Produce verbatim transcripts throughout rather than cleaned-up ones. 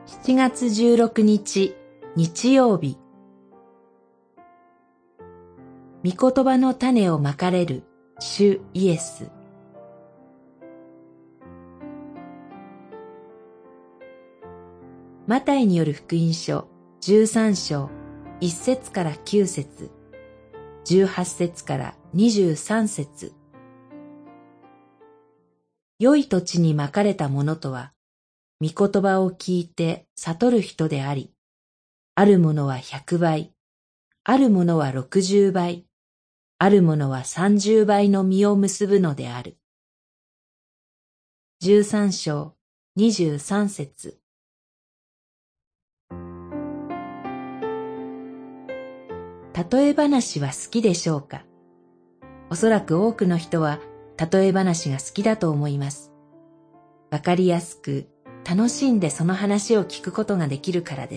しちがつじゅうろくにち、日曜日。御言葉の種をまかれる主イエス。マタイによる福音書じゅうさんしょういっせつからきゅうせつ、じゅうはっせつからにじゅうさんせつ。良い土地にまかれたものとは、御言葉を聞いて悟る人であり、あるものは百倍、あるものは六十倍、あるものは三十倍の実を結ぶのである。じゅうさんしょうにじゅうさんせつ。例え話は好きでしょうか。おそらく多くの人は例え話が好きだと思います。わかりやすく、楽しんでその話を聞くことができるからです。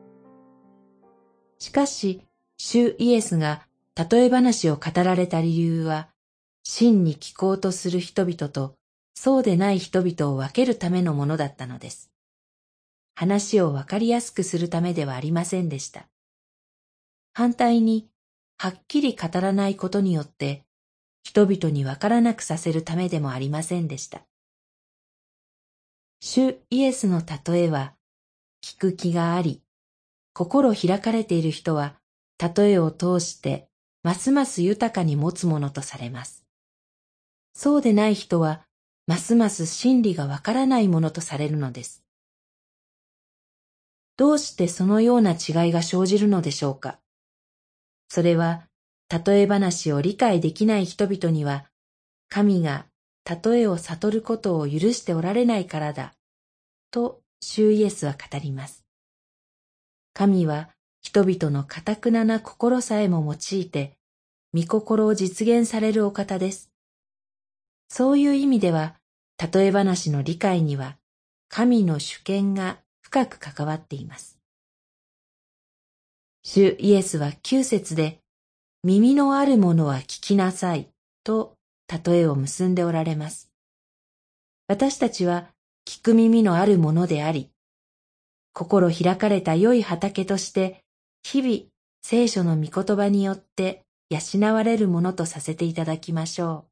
しかし、主イエスが例え話を語られた理由は、真に聞こうとする人々と、そうでない人々を分けるためのものだったのです。話をわかりやすくするためではありませんでした。反対に、はっきり語らないことによって、人々にわからなくさせるためでもありませんでした。主イエスの例えは、聞く気があり、心開かれている人は、例えを通して、ますます豊かに持つものとされます。そうでない人は、ますます真理がわからないものとされるのです。どうしてそのような違いが生じるのでしょうか。それは、例え話を理解できない人々には、神が例えを悟ることを許しておられないからだ、と主イエスは語ります。神は人々の堅なな心さえも用いて、御心を実現されるお方です。そういう意味では、例え話の理解には、神の主権が深く関わっています。主イエスはきゅうせつで、耳のあるものは聞きなさい、と例えを結んでおられます。私たちは聞く耳のあるものであり、心開かれた良い畑として、日々聖書の御言葉によって養われるものとさせていただきましょう。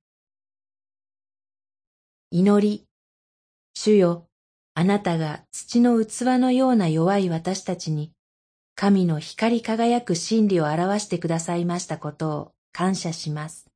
祈り。主よ、あなたが土の器のような弱い私たちに、神の光り輝く真理を表してくださいましたことを感謝します。